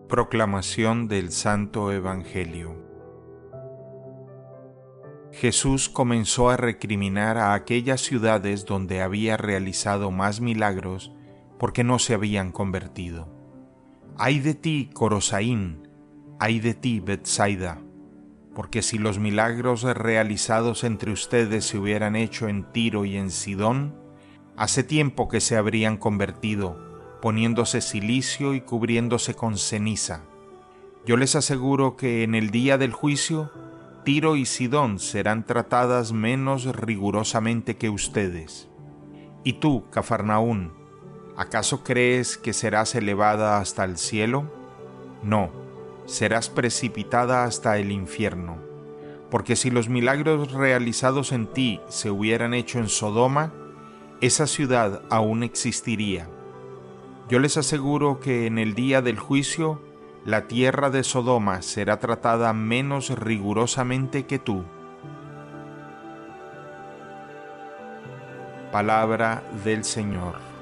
Proclamación del Santo Evangelio. Jesús comenzó a recriminar a aquellas ciudades donde había realizado más milagros porque no se habían convertido. ¡Ay de ti, Corosaín! ¡Ay de ti, Betsaida! Porque si los milagros realizados entre ustedes se hubieran hecho en Tiro y en Sidón, hace tiempo que se habrían convertido, poniéndose cilicio y cubriéndose con ceniza. Yo les aseguro que en el día del juicio, Tiro y Sidón serán tratadas menos rigurosamente que ustedes. ¿Y tú, Cafarnaún, acaso crees que serás elevada hasta el cielo? No, serás precipitada hasta el infierno. Porque si los milagros realizados en ti se hubieran hecho en Sodoma, esa ciudad aún existiría. Yo les aseguro que en el día del juicio, la tierra de Sodoma será tratada menos rigurosamente que tú. Palabra del Señor.